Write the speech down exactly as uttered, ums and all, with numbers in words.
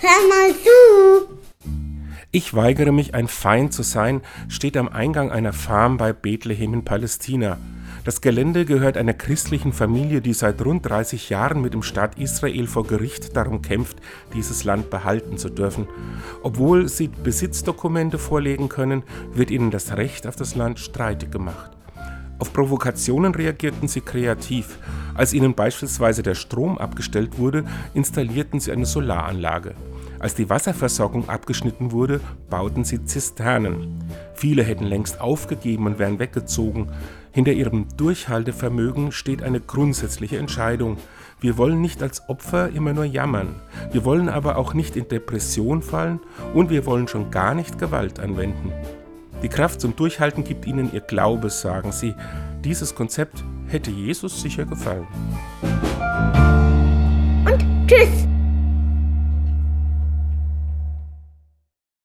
hör mal zu! Ich weigere mich, ein Feind zu sein, steht am Eingang einer Farm bei Bethlehem in Palästina. Das Gelände gehört einer christlichen Familie, die seit rund dreißig Jahren mit dem Staat Israel vor Gericht darum kämpft, dieses Land behalten zu dürfen. Obwohl sie Besitzdokumente vorlegen können, wird ihnen das Recht auf das Land streitig gemacht. Auf Provokationen reagierten sie kreativ. Als ihnen beispielsweise der Strom abgestellt wurde, installierten sie eine Solaranlage. Als die Wasserversorgung abgeschnitten wurde, bauten sie Zisternen. Viele hätten längst aufgegeben und wären weggezogen. Hinter ihrem Durchhaltevermögen steht eine grundsätzliche Entscheidung. Wir wollen nicht als Opfer immer nur jammern. Wir wollen aber auch nicht in Depression fallen und wir wollen schon gar nicht Gewalt anwenden. Die Kraft zum Durchhalten gibt ihnen ihr Glaube, sagen sie. Dieses Konzept hätte Jesus sicher gefallen. Und tschüss!